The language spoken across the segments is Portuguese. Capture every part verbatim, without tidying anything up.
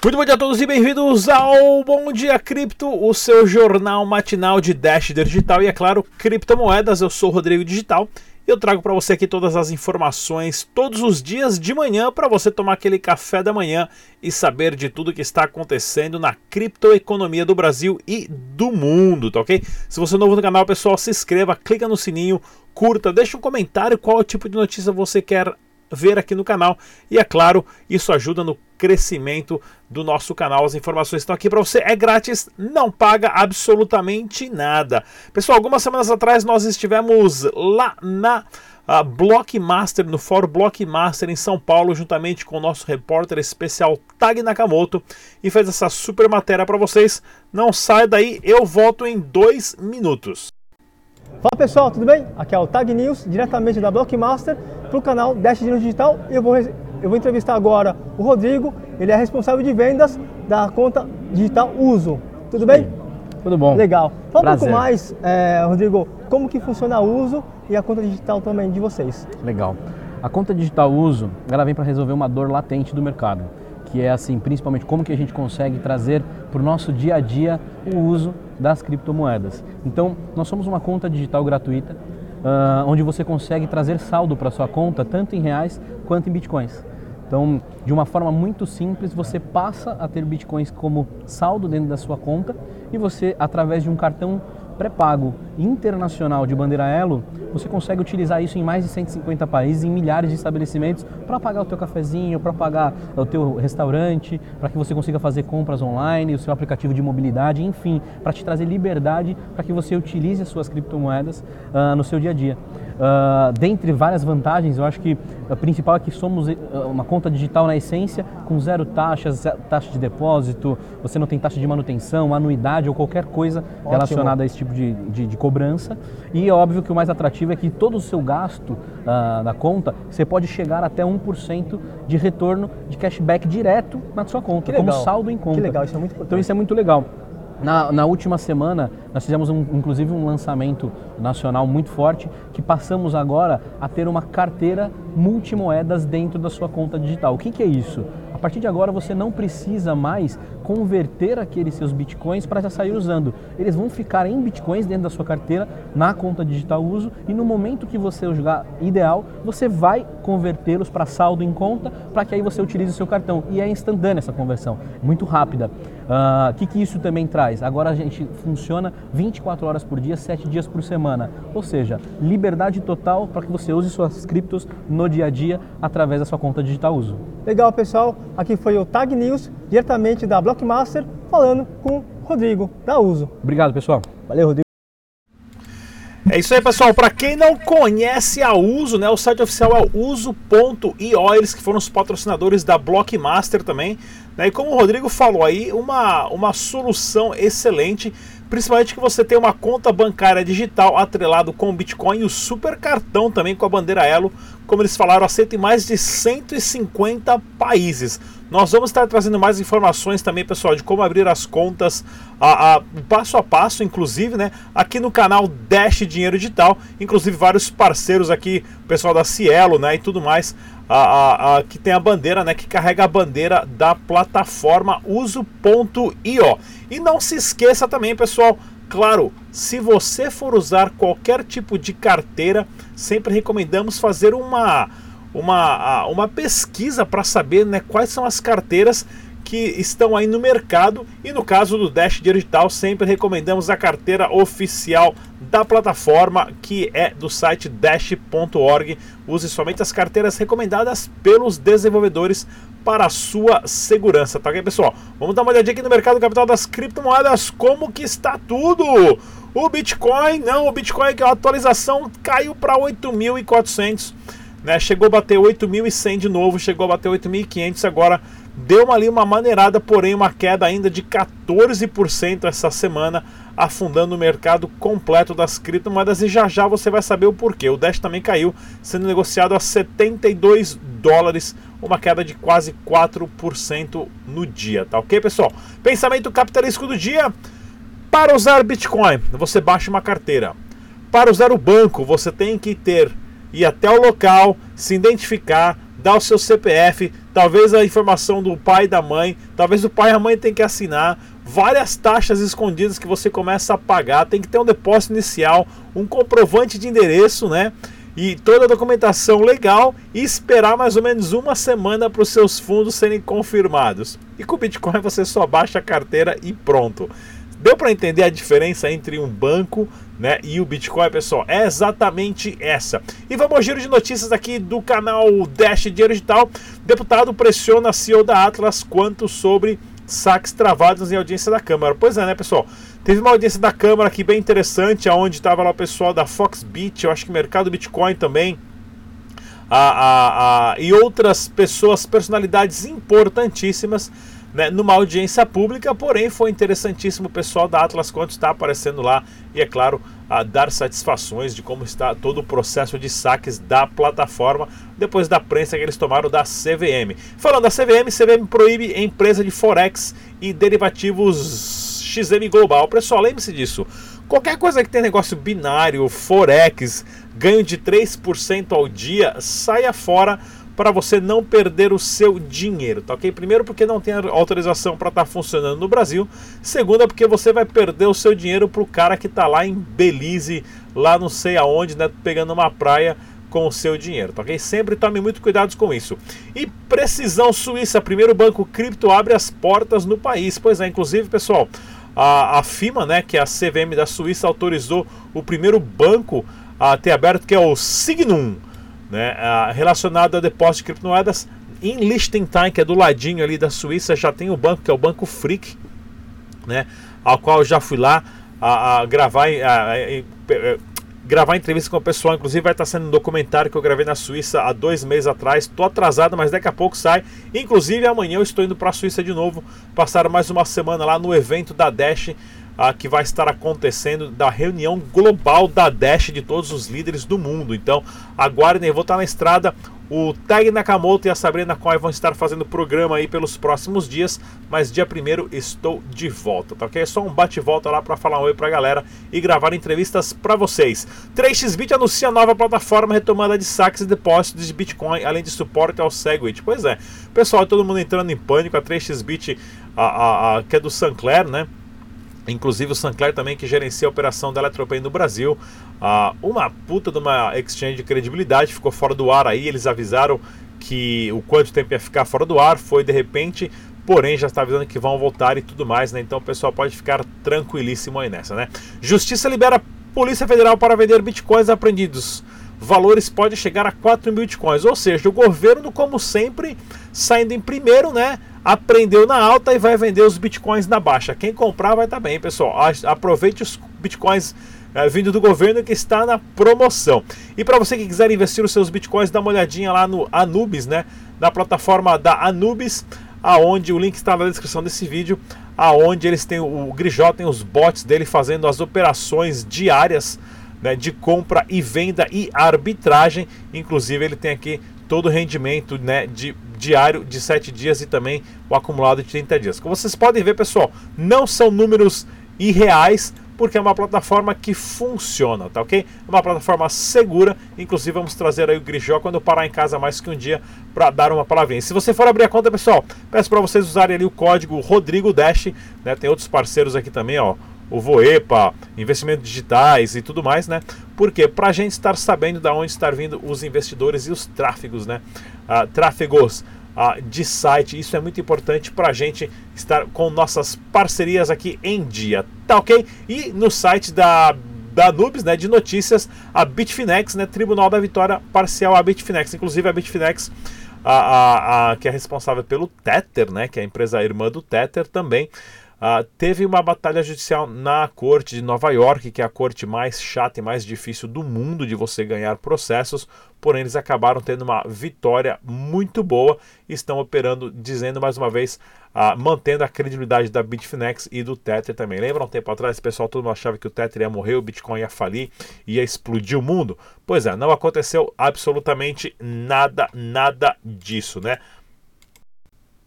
Muito bom dia a todos e bem-vindos ao Bom Dia Cripto, o seu jornal matinal de Dash Digital e, é claro, criptomoedas. Eu sou o Rodrigo Digital e eu trago para você aqui todas as informações todos os dias de manhã para você tomar aquele café da manhã e saber de tudo que está acontecendo na criptoeconomia do Brasil e do mundo, tá ok? Se você é novo no canal, pessoal, se inscreva, clica no sininho, curta, deixa um comentário qual é o tipo de notícia você quer ver aqui no canal e, é claro, isso ajuda no crescimento do nosso canal. As informações estão aqui para você, é grátis, não paga absolutamente nada. Pessoal, algumas semanas atrás nós estivemos lá na uh, Blockmaster, no Fórum Blockmaster em São Paulo, juntamente com o nosso repórter especial Tag Nakamoto, e fez essa super matéria para vocês. Não sai daí, eu volto em dois minutos. Fala pessoal, tudo bem? Aqui é o Tag News, diretamente da Blockmaster, para o canal Dash Digital. E eu vou, eu vou entrevistar agora o Rodrigo, ele é responsável de vendas da conta digital Uso. Tudo bem? Tudo bom. Legal. Fala Prazer. um pouco mais, é, Rodrigo, como que funciona a Uso e a conta digital também de vocês. Legal. A conta digital Uso, ela vem para resolver uma dor latente do mercado, que é assim, principalmente como que a gente consegue trazer para o nosso dia a dia o uso das criptomoedas. Então, nós somos uma conta digital gratuita, uh, onde você consegue trazer saldo para sua conta, tanto em reais quanto em bitcoins. Então, de uma forma muito simples, você passa a ter bitcoins como saldo dentro da sua conta e você, através de um cartão pré-pago internacional de bandeira Elo, você consegue utilizar isso em mais de cento e cinquenta países, em milhares de estabelecimentos, para pagar o teu cafezinho, para pagar o teu restaurante, para que você consiga fazer compras online, o seu aplicativo de mobilidade, enfim, para te trazer liberdade para que você utilize as suas criptomoedas uh, no seu dia a dia. Uh, dentre várias vantagens, eu acho que a principal é que somos uma conta digital na essência, com zero taxas, taxa de depósito, você não tem taxa de manutenção, anuidade ou qualquer coisa Ótimo. relacionada a esse tipo de, de, de cobrança. E é óbvio que o mais atrativo é que todo o seu gasto uh, da conta, você pode chegar até um por cento de retorno de cashback direto na sua conta, como saldo em conta. Que legal, isso é muito importante. Então isso é muito legal. Na, na última semana, nós fizemos um, inclusive um lançamento nacional muito forte, que passamos agora a ter uma carteira multimoedas dentro da sua conta digital. O que, que é isso? A partir de agora você não precisa mais converter aqueles seus bitcoins para já sair usando. Eles vão ficar em bitcoins dentro da sua carteira, na conta digital Uso, e no momento que você jogar ideal, você vai convertê-los para saldo em conta, para que aí você utilize o seu cartão. E é instantânea essa conversão, muito rápida. O uh, que, que isso também traz? Agora a gente funciona vinte e quatro horas por dia, sete dias por semana. Ou seja, liberdade total para que você use suas criptos no dia a dia através da sua conta digital Uso. Legal, pessoal. Aqui foi o Tag News, diretamente da Blockmaster, falando com o Rodrigo, da Uso. Obrigado, pessoal. Valeu, Rodrigo. É isso aí, pessoal. Para quem não conhece a Uso, né, o site oficial é uso ponto i o, eles que foram os patrocinadores da Blockmaster também, né, e como o Rodrigo falou aí, uma, uma solução excelente, principalmente que você tem uma conta bancária digital atrelado com o Bitcoin e o super cartão também com a bandeira Elo, como eles falaram, aceita em mais de cento e cinquenta países. Nós vamos estar trazendo mais informações também, pessoal, de como abrir as contas, a, a, passo a passo, inclusive, né, aqui no canal Dash Dinheiro Digital, inclusive vários parceiros aqui, o pessoal da Cielo, né, e tudo mais, a, a, a, que tem a bandeira, né, que carrega a bandeira da plataforma uso ponto i o. E não se esqueça também, pessoal, claro, se você for usar qualquer tipo de carteira, sempre recomendamos fazer uma, uma, uma pesquisa para saber, né, quais são as carteiras que estão aí no mercado, e no caso do Dash Digital sempre recomendamos a carteira oficial da plataforma, que é do site dash ponto org. Use somente as carteiras recomendadas pelos desenvolvedores para a sua segurança, tá ok, pessoal? Vamos dar uma olhadinha aqui no mercado capital das criptomoedas, como que está tudo. O Bitcoin, não, o Bitcoin, que a atualização caiu para oito mil e quatrocentos, né? Chegou a bater oito mil e cem de novo, chegou a bater oito mil e quinhentos, agora deu uma, ali uma maneirada, porém uma queda ainda de quatorze por cento essa semana, afundando o mercado completo das criptomoedas, e já já você vai saber o porquê. O Dash também caiu, sendo negociado a setenta e dois dólares, uma queda de quase quatro por cento no dia, tá ok, pessoal? Pensamento capitalístico do dia: para usar Bitcoin, você baixa uma carteira. Para usar o banco, você tem que ter ir até o local, se identificar, dar o seu C P F, talvez a informação do pai e da mãe, talvez o pai e a mãe tenham que assinar, várias taxas escondidas que você começa a pagar, tem que ter um depósito inicial, um comprovante de endereço, né? E toda a documentação legal e esperar mais ou menos uma semana para os seus fundos serem confirmados. E com o Bitcoin você só baixa a carteira e pronto. Deu para entender a diferença entre um banco, né, e o Bitcoin, pessoal? É exatamente essa. E vamos ao giro de notícias aqui do canal Dash Dinheiro Digital. Deputado pressiona a C E O da Atlas quanto sobre saques travados em audiência da Câmara. Pois é, né, pessoal? Teve uma audiência da Câmara aqui bem interessante, onde estava lá o pessoal da Foxbit, eu acho que Mercado Bitcoin também, a, a, a, e outras pessoas, personalidades importantíssimas, né, numa audiência pública. Porém foi interessantíssimo o pessoal da Atlas Quanto está aparecendo lá e, é claro, a dar satisfações de como está todo o processo de saques da plataforma depois da prensa que eles tomaram da C V M. Falando da C V M, C V M proíbe empresa de Forex e derivativos X M Global. Pessoal, lembre-se disso. Qualquer coisa que tem negócio binário, Forex, ganho de três por cento ao dia, saia fora para você não perder o seu dinheiro, tá ok? Primeiro, porque não tem autorização para estar funcionando no Brasil. Segundo, é porque você vai perder o seu dinheiro para o cara que está lá em Belize, lá não sei aonde, né, pegando uma praia com o seu dinheiro, tá ok? Sempre tome muito cuidado com isso. E Precisão Suíça, primeiro banco cripto abre as portas no país. Pois é, inclusive, pessoal, a, a FIMA, né, que é a C V M da Suíça, autorizou o primeiro banco a ter aberto, que é o Signum, né, relacionado a depósito de criptomoedas em Liechtenstein, que é do ladinho ali da Suíça. Já tem o banco, que é o Banco Frick, né, ao qual eu já fui lá a, a gravar, a, a, a, gravar entrevista com o pessoal. Inclusive vai estar sendo um documentário que eu gravei na Suíça há dois meses atrás. Estou atrasado, mas daqui a pouco sai. Inclusive amanhã eu estou indo para a Suíça de novo, passar mais uma semana lá no evento da Dash, Uh, que vai estar acontecendo, da reunião global da Dash, de todos os líderes do mundo. Então aguardem, eu vou estar na estrada. O Tag Nakamoto e a Sabrina Coy vão estar fazendo programa aí pelos próximos dias, mas dia primeiro estou de volta, tá ok? É só um bate-volta lá para falar um oi pra galera e gravar entrevistas para vocês. três x bit anuncia nova plataforma retomada de saques e depósitos de Bitcoin, além de suporte ao Segwit. Pois é, pessoal, todo mundo entrando em pânico. A três x bit, a, a, a, que é do Sinclair, né? Inclusive o Sinclair também, que gerencia a operação da Eletropay no Brasil. Ah, uma puta de uma exchange de credibilidade, ficou fora do ar aí. Eles avisaram que o quanto tempo ia ficar fora do ar, foi de repente, porém já está avisando que vão voltar e tudo mais, né? Então o pessoal pode ficar tranquilíssimo aí nessa, né? Justiça libera Polícia Federal para vender bitcoins apreendidos. Valores podem chegar a quatro mil bitcoins. Ou seja, o governo, como sempre, saindo em primeiro, né? Aprendeu na alta e vai vender os bitcoins na baixa. Quem comprar vai estar bem, pessoal. Aproveite os bitcoins é, vindo do governo, que está na promoção. E para você que quiser investir os seus bitcoins, dá uma olhadinha lá no Anubis, né? Na plataforma da Anubis, aonde o link está na descrição desse vídeo, aonde eles têm o Grijó, tem os bots dele fazendo as operações diárias, né, de compra e venda e arbitragem. Inclusive ele tem aqui todo o rendimento, né, de diário de sete dias e também o acumulado de trinta dias. Como vocês podem ver, pessoal, não são números irreais, porque é uma plataforma que funciona, tá ok? É uma plataforma segura. Inclusive vamos trazer aí o Grijó quando eu parar em casa mais que um dia para dar uma palavrinha. Se você for abrir a conta, pessoal, peço para vocês usarem ali o código Rodrigo Dash, né? Tem outros parceiros aqui também, ó, o Voepa, investimentos digitais e tudo mais, né? Porque para a gente estar sabendo de onde estão vindo os investidores e os tráfegos, né? Ah, tráfegos ah, de site. Isso é muito importante para a gente estar com nossas parcerias aqui em dia, tá ok? E no site da da Anubis, né, de notícias, a Bitfinex, né, Tribunal da Vitória Parcial a Bitfinex. Inclusive a Bitfinex, a, a, a, que é responsável pelo Tether, né, que é a empresa irmã do Tether também, Uh, teve uma batalha judicial na corte de Nova York, que é a corte mais chata e mais difícil do mundo de você ganhar processos, porém eles acabaram tendo uma vitória muito boa e estão operando, dizendo mais uma vez, uh, mantendo a credibilidade da Bitfinex e do Tether também. Lembra um tempo atrás, pessoal, todo mundo achava que o Tether ia morrer, o Bitcoin ia falir, ia explodir o mundo? Pois é, não aconteceu absolutamente nada, nada disso, né?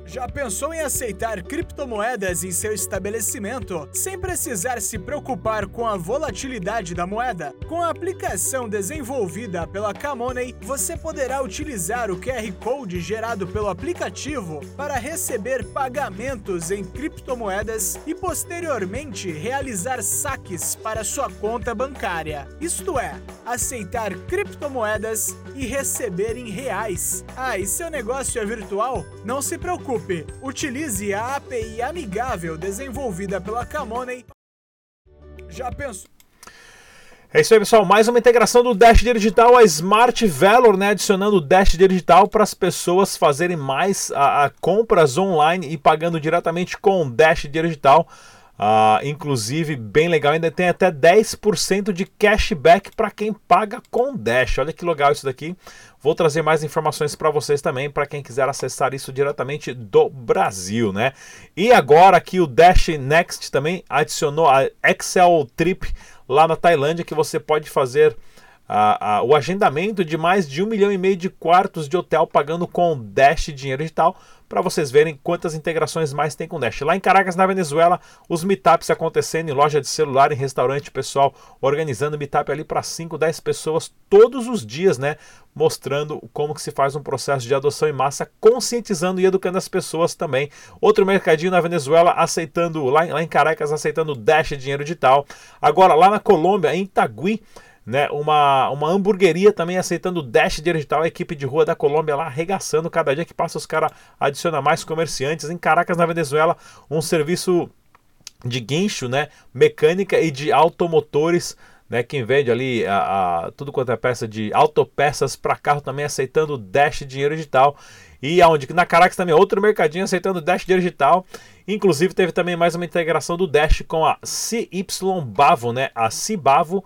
Já pensou em aceitar criptomoedas em seu estabelecimento sem precisar se preocupar com a volatilidade da moeda? Com a aplicação desenvolvida pela Camoney, você poderá utilizar o Q R Code gerado pelo aplicativo para receber pagamentos em criptomoedas e posteriormente realizar saques para sua conta bancária. Isto é, aceitar criptomoedas e receber em reais. Ah, e seu negócio é virtual? Não se preocupe. Utilize a A P I amigável desenvolvida pela Camoney. Já pensou? É isso aí, pessoal. Mais uma integração do Dash Digital a Smart Valor, né? Adicionando o Dash Digital para as pessoas fazerem mais a, a compras online e pagando diretamente com o Dash Digital. Uh, inclusive, bem legal, ainda tem até dez por cento de cashback para quem paga com Dash. Olha que legal isso daqui. Vou trazer mais informações para vocês também, para quem quiser acessar isso diretamente do Brasil, né? E agora aqui o Dash Next também adicionou a Excel Trip lá na Tailândia, que você pode fazer Uh, uh, o agendamento de mais de um milhão e meio de quartos de hotel pagando com Dash Dinheiro Digital, para vocês verem quantas integrações mais tem com Dash. Lá em Caracas, na Venezuela, os meetups acontecendo em loja de celular, em restaurante, pessoal organizando meetup ali para cinco, dez pessoas todos os dias, né? Mostrando como que se faz um processo de adoção em massa, conscientizando e educando as pessoas também. Outro mercadinho na Venezuela aceitando, lá, lá em Caracas, aceitando Dash Dinheiro Digital. Agora lá na Colômbia, em Itagüí, né, uma, uma hamburgueria também aceitando o Dash Digital, a equipe de rua da Colômbia lá arregaçando, cada dia que passa os caras adicionam mais comerciantes. Em Caracas, na Venezuela, um serviço de guincho, né, mecânica e de automotores, né, quem vende ali a, a, tudo quanto é peça de autopeças para carro também aceitando o Dash Dinheiro Digital. E aonde? Na Caracas também outro mercadinho aceitando o Dash Digital. Inclusive teve também mais uma integração do Dash com a C Y Bavo, né, a Cibavo,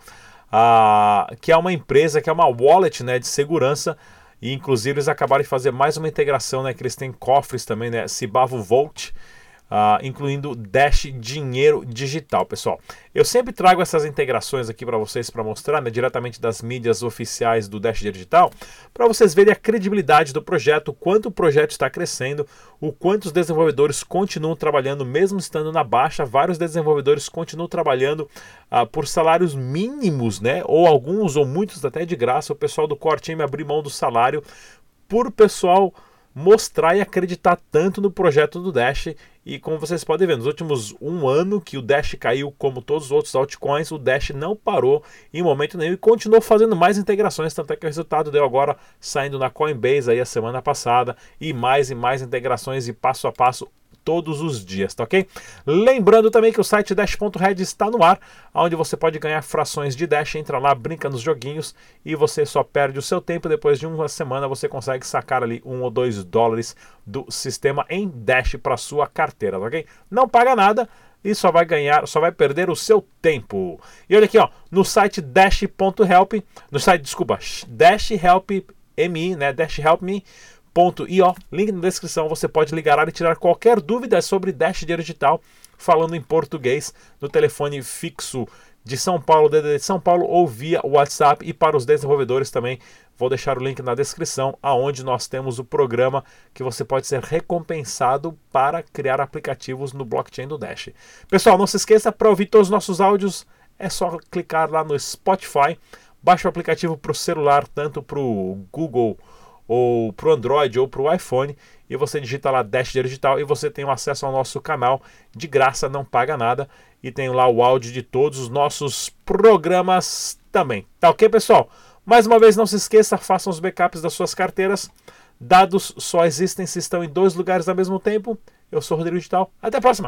Ah, que é uma empresa, que é uma wallet, né, de segurança, e inclusive eles acabaram de fazer mais uma integração, né, que eles têm cofres também, né, Cibavo Vault, Uh, incluindo Dash Dinheiro Digital, pessoal. Eu sempre trago essas integrações aqui para vocês, para mostrar, né, diretamente das mídias oficiais do Dash Digital, para vocês verem a credibilidade do projeto, o quanto o projeto está crescendo, o quanto os desenvolvedores continuam trabalhando, mesmo estando na baixa. Vários desenvolvedores continuam trabalhando uh, por salários mínimos, né, ou alguns ou muitos até de graça. O pessoal do Core Team abriu mão do salário por o pessoal mostrar e acreditar tanto no projeto do Dash. E como vocês podem ver, nos últimos um ano que o Dash caiu, como todos os outros altcoins, o Dash não parou em momento nenhum e continuou fazendo mais integrações, tanto é que o resultado deu agora saindo na Coinbase aí a semana passada, e mais e mais integrações e passo a passo todos os dias, tá ok? Lembrando também que o site Dash ponto red está no ar, onde você pode ganhar frações de Dash. Entra lá, brinca nos joguinhos e você só perde o seu tempo. Depois de uma semana você consegue sacar ali um ou dois dólares do sistema em Dash para sua carteira, tá ok? Não paga nada e só vai ganhar, só vai perder o seu tempo. E olha aqui, ó, no site Dash ponto help, no site, desculpa, Dash Help Me, né, Dash Help Me Ponto io, link na descrição, você pode ligar e tirar qualquer dúvida sobre Dash Dinheiro Digital, falando em português, no telefone fixo de São Paulo, D D D de São Paulo, ou via WhatsApp. E para os desenvolvedores também, vou deixar o link na descrição, aonde nós temos o programa que você pode ser recompensado para criar aplicativos no blockchain do Dash. Pessoal, não se esqueça, para ouvir todos os nossos áudios, é só clicar lá no Spotify, baixa o aplicativo para o celular, tanto para o Google ou para o Android ou para o iPhone, e você digita lá Dash Digital e você tem um acesso ao nosso canal de graça, não paga nada, e tem lá o áudio de todos os nossos programas também. Tá ok, pessoal? Mais uma vez, não se esqueça, façam os backups das suas carteiras. Dados só existem se estão em dois lugares ao mesmo tempo. Eu sou o Rodrigo Digital. Até a próxima!